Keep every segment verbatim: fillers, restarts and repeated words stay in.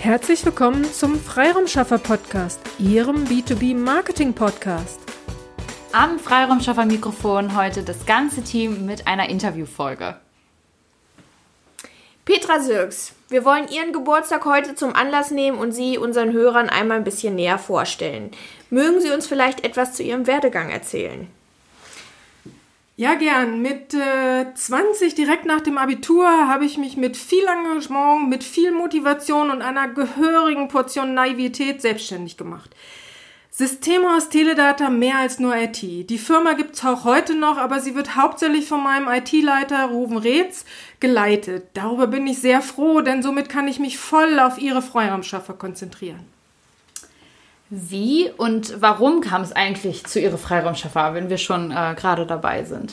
Herzlich willkommen zum Freiraumschaffer-Podcast, Ihrem B zwei B-Marketing-Podcast. Am Freiraumschaffer-Mikrofon heute das ganze Team mit einer Interviewfolge. Petra Sirks, wir wollen Ihren Geburtstag heute zum Anlass nehmen und Sie unseren Hörern einmal ein bisschen näher vorstellen. Mögen Sie uns vielleicht etwas zu Ihrem Werdegang erzählen? Ja, gern. Mit äh, zwanzig, direkt nach dem Abitur, habe ich mich mit viel Engagement, mit viel Motivation und einer gehörigen Portion Naivität selbstständig gemacht. Systemhaus Teledata mehr als nur I T. Die Firma gibt es auch heute noch, aber sie wird hauptsächlich von meinem I T-Leiter Ruven Reetz geleitet. Darüber bin ich sehr froh, denn somit kann ich mich voll auf Ihre Freiraumschaffer konzentrieren. Wie und warum kam es eigentlich zu Ihrer Freiraumschaffer, wenn wir schon äh, gerade dabei sind?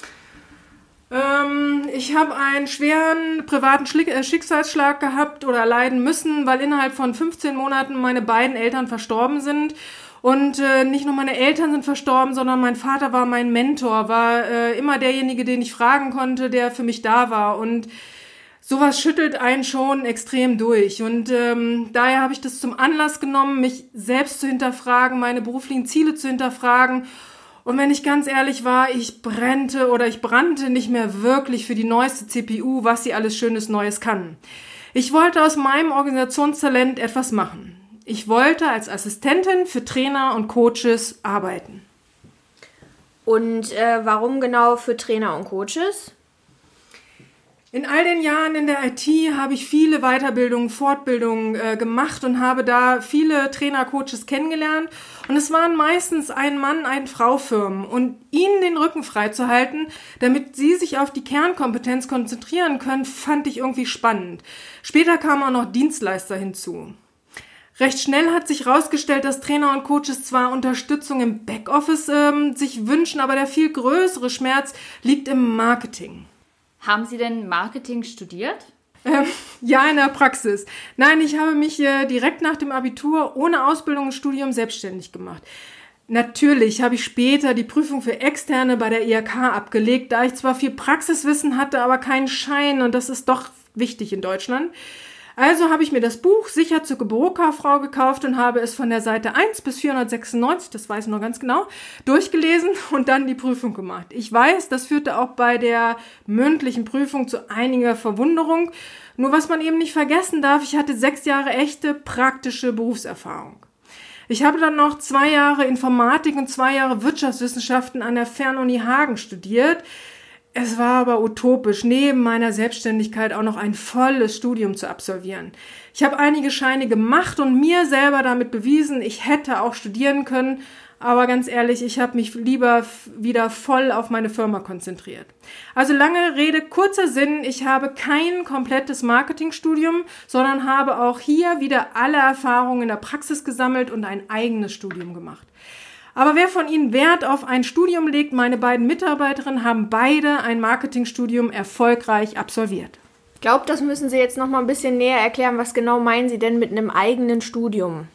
Ähm, ich habe einen schweren privaten Schlick- äh, Schicksalsschlag gehabt oder leiden müssen, weil innerhalb von fünfzehn Monaten meine beiden Eltern verstorben sind. Und äh, nicht nur meine Eltern sind verstorben, sondern mein Vater war mein Mentor, war äh, immer derjenige, den ich fragen konnte, der für mich da war. Und sowas schüttelt einen schon extrem durch. Und ähm, daher habe ich das zum Anlass genommen, mich selbst zu hinterfragen, meine beruflichen Ziele zu hinterfragen. Und wenn ich ganz ehrlich war, ich brennte oder ich brannte nicht mehr wirklich für die neueste C P U, was sie alles Schönes Neues kann. Ich wollte aus meinem Organisationstalent etwas machen. Ich wollte als Assistentin für Trainer und Coaches arbeiten. Und äh, warum genau für Trainer und Coaches? In all den Jahren in der I T habe ich viele Weiterbildungen, Fortbildungen äh, gemacht und habe da viele Trainer, Coaches kennengelernt. Und es waren meistens ein Mann, ein Frau Firmen. Und ihnen den Rücken frei zu halten, damit sie sich auf die Kernkompetenz konzentrieren können, fand ich irgendwie spannend. Später kamen auch noch Dienstleister hinzu. Recht schnell hat sich herausgestellt, dass Trainer und Coaches zwar Unterstützung im Backoffice ähm, sich wünschen, aber der viel größere Schmerz liegt im Marketing. Haben Sie denn Marketing studiert? Ähm, ja, in der Praxis. Nein, ich habe mich äh, direkt nach dem Abitur ohne Ausbildung und Studium selbstständig gemacht. Natürlich habe ich später die Prüfung für Externe bei der I H K abgelegt, da ich zwar viel Praxiswissen hatte, aber keinen Schein und das ist doch wichtig in Deutschland. Also habe ich mir das Buch Sicher zur Bürokauffrau gekauft und habe es von der Seite eins bis vierhundertsechsundneunzig, das weiß ich noch ganz genau, durchgelesen und dann die Prüfung gemacht. Ich weiß, das führte auch bei der mündlichen Prüfung zu einiger Verwunderung. Nur was man eben nicht vergessen darf, ich hatte sechs Jahre echte praktische Berufserfahrung. Ich habe dann noch zwei Jahre Informatik und zwei Jahre Wirtschaftswissenschaften an der Fernuni Hagen studiert. Es war aber utopisch, neben meiner Selbstständigkeit auch noch ein volles Studium zu absolvieren. Ich habe einige Scheine gemacht und mir selber damit bewiesen, ich hätte auch studieren können, aber ganz ehrlich, ich habe mich lieber wieder voll auf meine Firma konzentriert. Also lange Rede, kurzer Sinn, ich habe kein komplettes Marketingstudium, sondern habe auch hier wieder alle Erfahrungen in der Praxis gesammelt und ein eigenes Studium gemacht. Aber wer von Ihnen Wert auf ein Studium legt, meine beiden Mitarbeiterinnen haben beide ein Marketingstudium erfolgreich absolviert. Ich glaube, das müssen Sie jetzt noch mal ein bisschen näher erklären. Was genau meinen Sie denn mit einem eigenen Studium?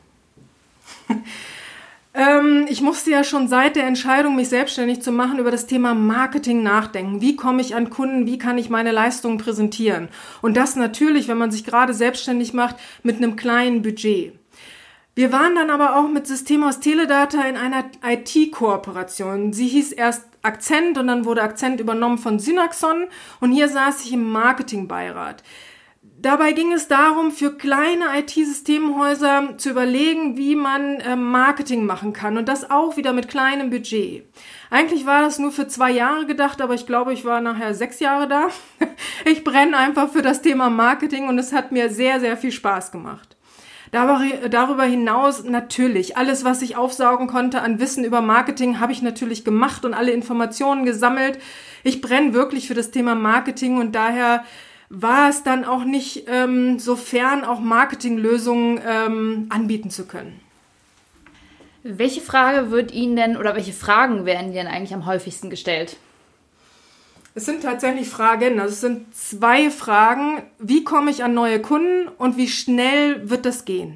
ähm, ich musste ja schon seit der Entscheidung, mich selbstständig zu machen, über das Thema Marketing nachdenken. Wie komme ich an Kunden? Wie kann ich meine Leistungen präsentieren? Und das natürlich, wenn man sich gerade selbstständig macht, mit einem kleinen Budget. Wir waren dann aber auch mit Systemhaus Teledata in einer I T-Kooperation. Sie hieß erst Akzent und dann wurde Akzent übernommen von Synaxon und hier saß ich im Marketingbeirat. Dabei ging es darum, für kleine I T-Systemhäuser zu überlegen, wie man äh, Marketing machen kann und das auch wieder mit kleinem Budget. Eigentlich war das nur für zwei Jahre gedacht, aber ich glaube, ich war nachher sechs Jahre da. Ich brenne einfach für das Thema Marketing und es hat mir sehr, sehr viel Spaß gemacht. Darüber hinaus natürlich, alles, was ich aufsaugen konnte an Wissen über Marketing, habe ich natürlich gemacht und alle Informationen gesammelt. Ich brenne wirklich für das Thema Marketing und daher war es dann auch nicht ähm, so fern, auch Marketinglösungen ähm, anbieten zu können. Welche Frage wird Ihnen denn oder welche Fragen werden Ihnen denn eigentlich am häufigsten gestellt? Es sind tatsächlich Fragen, also es sind zwei Fragen, wie komme ich an neue Kunden und wie schnell wird das gehen?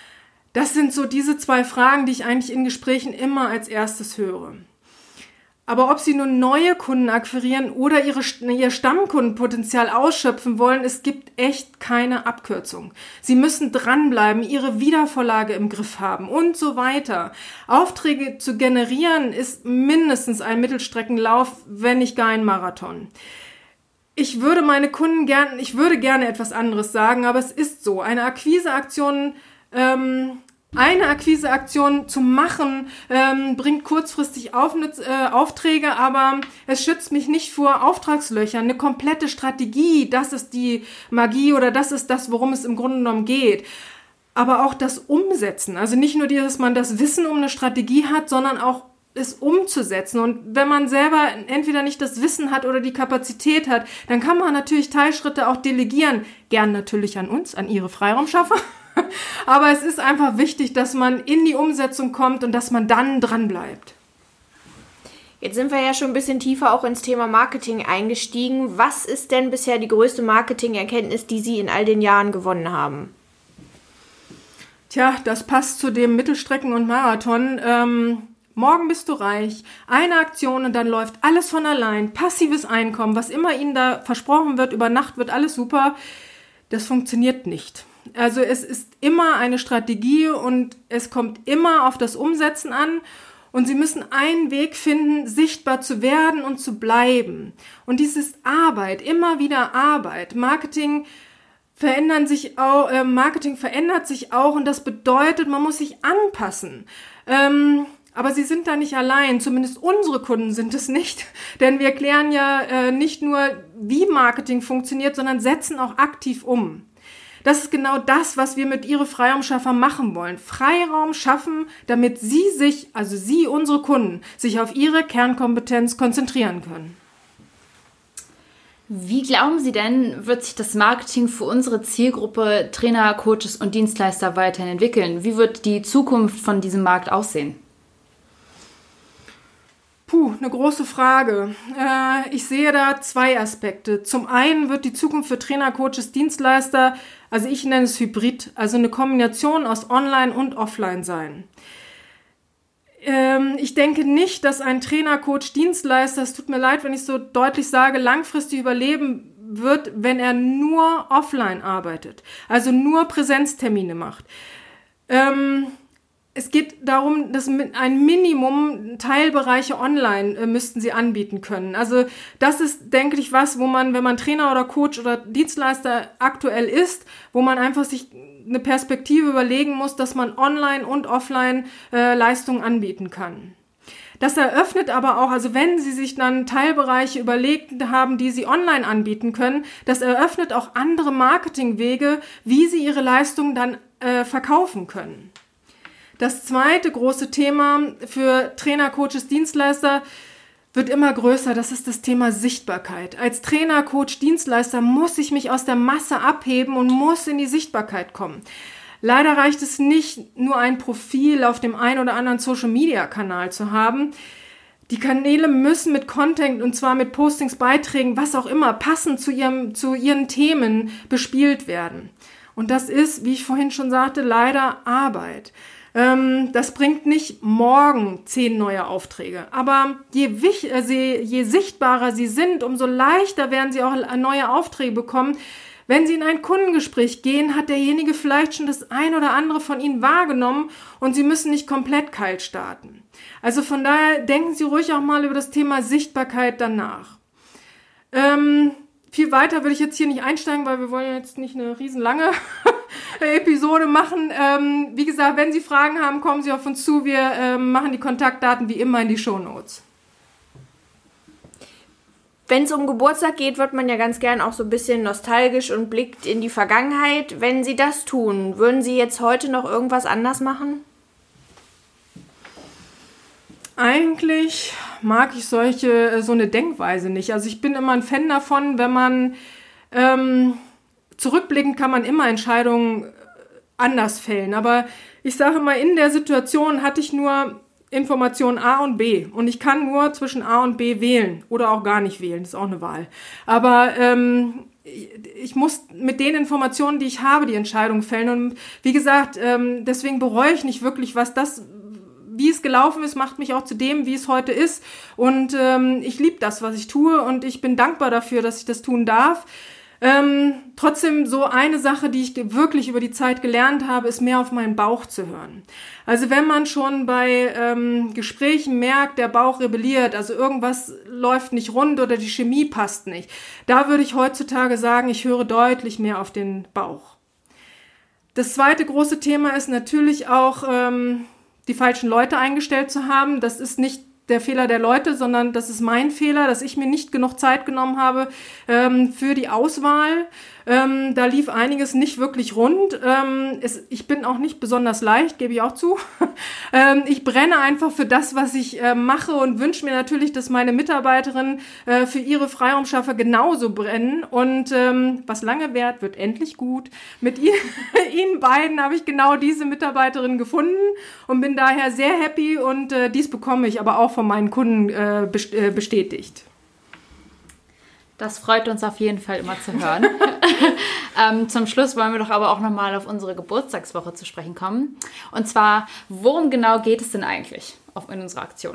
Das sind so diese zwei Fragen, die ich eigentlich in Gesprächen immer als erstes höre. Aber ob sie nun neue Kunden akquirieren oder ihre, ihr Stammkundenpotenzial ausschöpfen wollen, es gibt echt keine Abkürzung. Sie müssen dranbleiben, ihre Wiedervorlage im Griff haben und so weiter. Aufträge zu generieren ist mindestens ein Mittelstreckenlauf, wenn nicht gar ein Marathon. Ich würde meine Kunden gern, ich würde gerne etwas anderes sagen, aber es ist so. Eine Akquiseaktion, ähm, eine Akquiseaktion zu machen, ähm, bringt kurzfristig auf, äh, Aufträge, aber es schützt mich nicht vor Auftragslöchern. Eine komplette Strategie, das ist die Magie oder das ist das, worum es im Grunde genommen geht. Aber auch das Umsetzen, also nicht nur, dass man das Wissen um eine Strategie hat, sondern auch es umzusetzen. Und wenn man selber entweder nicht das Wissen hat oder die Kapazität hat, dann kann man natürlich Teilschritte auch delegieren. Gern natürlich an uns, an Ihre Freiraumschaffer. Aber es ist einfach wichtig, dass man in die Umsetzung kommt und dass man dann dran bleibt. Jetzt sind wir ja schon ein bisschen tiefer auch ins Thema Marketing eingestiegen. Was ist denn bisher die größte Marketingerkenntnis, die Sie in all den Jahren gewonnen haben? Tja, das passt zu dem Mittelstrecken- und Marathon. Ähm, morgen bist du reich. Eine Aktion und dann läuft alles von allein. Passives Einkommen, was immer Ihnen da versprochen wird, über Nacht wird alles super. Das funktioniert nicht. Also es ist immer eine Strategie und es kommt immer auf das Umsetzen an. Und Sie müssen einen Weg finden, sichtbar zu werden und zu bleiben. Und dies ist Arbeit, immer wieder Arbeit. Marketing verändern sich auch, äh, Marketing verändert sich auch und das bedeutet, man muss sich anpassen. Ähm, aber Sie sind da nicht allein, zumindest unsere Kunden sind es nicht, denn wir erklären ja äh, nicht nur, wie Marketing funktioniert, sondern setzen auch aktiv um. Das ist genau das, was wir mit Ihre Freiraumschaffer machen wollen. Freiraum schaffen, damit Sie sich, also Sie, unsere Kunden, sich auf Ihre Kernkompetenz konzentrieren können. Wie glauben Sie denn, wird sich das Marketing für unsere Zielgruppe Trainer, Coaches und Dienstleister weiterhin entwickeln? Wie wird die Zukunft von diesem Markt aussehen? Puh, eine große Frage. Äh, ich sehe da zwei Aspekte. Zum einen wird die Zukunft für Trainer, Coaches, Dienstleister, also ich nenne es Hybrid, also eine Kombination aus Online und Offline sein. Ähm, ich denke nicht, dass ein Trainer, Coach, Dienstleister, es tut mir leid, wenn ich so deutlich sage, langfristig überleben wird, wenn er nur offline arbeitet, also nur Präsenztermine macht. Ähm, Es geht darum, dass ein Minimum Teilbereiche online äh, müssten sie anbieten können. Also das ist, denke ich, was, wo man, wenn man Trainer oder Coach oder Dienstleister aktuell ist, wo man einfach sich eine Perspektive überlegen muss, dass man online und offline äh, Leistungen anbieten kann. Das eröffnet aber auch, also wenn Sie sich dann Teilbereiche überlegt haben, die Sie online anbieten können, das eröffnet auch andere Marketingwege, wie Sie Ihre Leistungen dann äh, verkaufen können. Das zweite große Thema für Trainer, Coaches, Dienstleister wird immer größer. Das ist das Thema Sichtbarkeit. Als Trainer, Coach, Dienstleister muss ich mich aus der Masse abheben und muss in die Sichtbarkeit kommen. Leider reicht es nicht, nur ein Profil auf dem einen oder anderen Social-Media-Kanal zu haben. Die Kanäle müssen mit Content, und zwar mit Postings, Beiträgen, was auch immer, passend zu ihrem, zu ihren Themen bespielt werden. Und das ist, wie ich vorhin schon sagte, leider Arbeit. Das bringt nicht morgen zehn neue Aufträge, aber je, je, je sichtbarer sie sind, umso leichter werden sie auch neue Aufträge bekommen. Wenn Sie in ein Kundengespräch gehen, hat derjenige vielleicht schon das ein oder andere von Ihnen wahrgenommen und Sie müssen nicht komplett kalt starten. Also von daher denken Sie ruhig auch mal über das Thema Sichtbarkeit danach. Ähm, viel weiter würde ich jetzt hier nicht einsteigen, weil wir wollen jetzt nicht eine riesenlange Episode machen. Ähm, wie gesagt, wenn Sie Fragen haben, kommen Sie auf uns zu. Wir ähm, machen die Kontaktdaten wie immer in die Shownotes. Wenn es um Geburtstag geht, wird man ja ganz gern auch so ein bisschen nostalgisch und blickt in die Vergangenheit. Wenn Sie das tun, würden Sie jetzt heute noch irgendwas anders machen? Eigentlich mag ich solche, so eine Denkweise nicht. Also ich bin immer ein Fan davon, wenn man ähm, zurückblickend kann man immer Entscheidungen anders fällen. Aber ich sage mal, in der Situation hatte ich nur Information A und B. Und ich kann nur zwischen A und B wählen. Oder auch gar nicht wählen. Das ist auch eine Wahl. Aber ähm, ich muss mit den Informationen, die ich habe, die Entscheidung fällen. Und wie gesagt, ähm, deswegen bereue ich nicht wirklich, was das wie es gelaufen ist, macht mich auch zu dem, wie es heute ist. Und ähm, ich liebe das, was ich tue und ich bin dankbar dafür, dass ich das tun darf. Ähm, trotzdem so eine Sache, die ich wirklich über die Zeit gelernt habe, ist mehr auf meinen Bauch zu hören. Also wenn man schon bei ähm, Gesprächen merkt, der Bauch rebelliert, also irgendwas läuft nicht rund oder die Chemie passt nicht, da würde ich heutzutage sagen, ich höre deutlich mehr auf den Bauch. Das zweite große Thema ist natürlich auch, ähm, die falschen Leute eingestellt zu haben. Das ist nicht der Fehler der Leute, sondern das ist mein Fehler, dass ich mir nicht genug Zeit genommen habe ähm, für die Auswahl. Ähm, da lief einiges nicht wirklich rund. Ähm, es, ich bin auch nicht besonders leicht, gebe ich auch zu. ähm, ich brenne einfach für das, was ich äh, mache und wünsche mir natürlich, dass meine Mitarbeiterinnen äh, für ihre Freiraumschaffer genauso brennen. Und ähm, was lange währt, wird endlich gut. Mit ihr, Ihnen beiden habe ich genau diese Mitarbeiterin gefunden und bin daher sehr happy und äh, dies bekomme ich aber auch von meinen Kunden äh, bestätigt. Das freut uns auf jeden Fall immer zu hören. ähm, zum Schluss wollen wir doch aber auch nochmal auf unsere Geburtstagswoche zu sprechen kommen. Und zwar, worum genau geht es denn eigentlich auf, in unserer Aktion?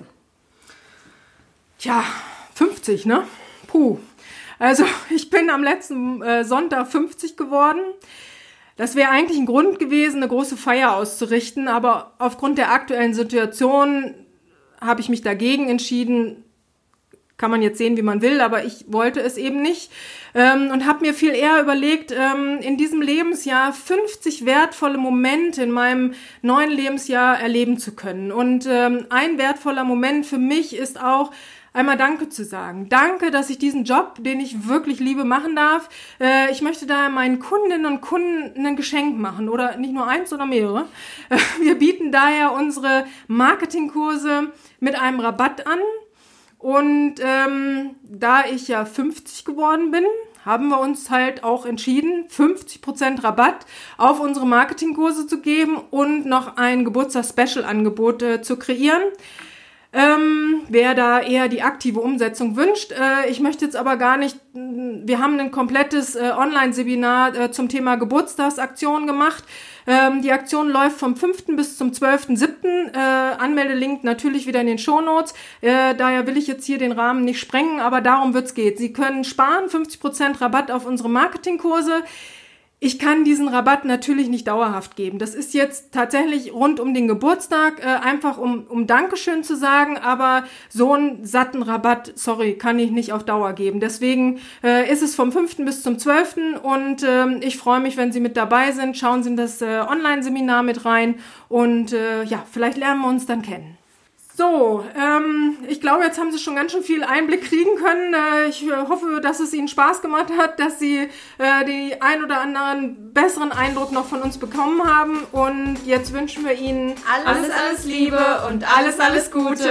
Tja, fünfzig, ne? Puh. Also ich bin am letzten äh, Sonntag fünfzig geworden. Das wäre eigentlich ein Grund gewesen, eine große Feier auszurichten, aber aufgrund der aktuellen Situation habe ich mich dagegen entschieden. Kann man jetzt sehen, wie man will, aber ich wollte es eben nicht ähm, und habe mir viel eher überlegt, ähm, in diesem Lebensjahr fünfzig wertvolle Momente in meinem neuen Lebensjahr erleben zu können. Und ähm, ein wertvoller Moment für mich ist auch, einmal Danke zu sagen. Danke, dass ich diesen Job, den ich wirklich liebe, machen darf. Äh, ich möchte da meinen Kundinnen und Kunden ein Geschenk machen oder nicht nur eins, sondern mehrere. Äh, wir bieten daher unsere Marketingkurse mit einem Rabatt an. Und ähm, da ich ja fünfzig geworden bin, haben wir uns halt auch entschieden, fünfzig Prozent Rabatt auf unsere Marketingkurse zu geben und noch ein Geburtstags-Special-Angebot äh, zu kreieren. Ähm, wer da eher die aktive Umsetzung wünscht. Äh, ich möchte jetzt aber gar nicht, wir haben ein komplettes äh, Online-Seminar äh, zum Thema Geburtstagsaktion gemacht. Ähm, die Aktion läuft vom fünften bis zum zwölften siebten Äh, Anmeldelink natürlich wieder in den Shownotes. Äh, daher will ich jetzt hier den Rahmen nicht sprengen, aber darum wird's gehen. Sie können sparen, fünfzig Prozent Rabatt auf unsere Marketingkurse. Ich kann diesen Rabatt natürlich nicht dauerhaft geben. Das ist jetzt tatsächlich rund um den Geburtstag, äh, einfach um, um Dankeschön zu sagen, aber so einen satten Rabatt, sorry, kann ich nicht auf Dauer geben. Deswegen äh, ist es vom fünften bis zum zwölften und äh, ich freue mich, wenn Sie mit dabei sind. Schauen Sie in das äh, Online-Seminar mit rein und äh, ja, vielleicht lernen wir uns dann kennen. So, ähm, ich glaube, jetzt haben Sie schon ganz schön viel Einblick kriegen können. Äh, ich äh, hoffe, dass es Ihnen Spaß gemacht hat, dass Sie äh, den ein oder anderen besseren Eindruck noch von uns bekommen haben. Und jetzt wünschen wir Ihnen alles, alles Liebe und alles, alles Gute.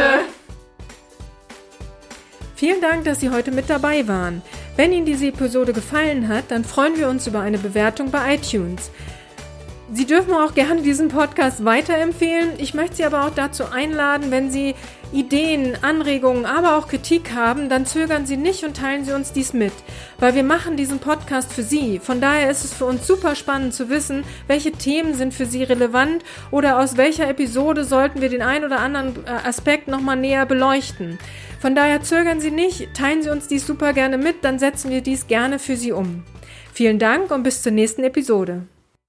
Vielen Dank, dass Sie heute mit dabei waren. Wenn Ihnen diese Episode gefallen hat, dann freuen wir uns über eine Bewertung bei iTunes. Sie dürfen auch gerne diesen Podcast weiterempfehlen. Ich möchte Sie aber auch dazu einladen, wenn Sie Ideen, Anregungen, aber auch Kritik haben, dann zögern Sie nicht und teilen Sie uns dies mit. Weil wir machen diesen Podcast für Sie. Von daher ist es für uns super spannend zu wissen, welche Themen sind für Sie relevant oder aus welcher Episode sollten wir den einen oder anderen Aspekt nochmal näher beleuchten. Von daher zögern Sie nicht, teilen Sie uns dies super gerne mit, dann setzen wir dies gerne für Sie um. Vielen Dank und bis zur nächsten Episode.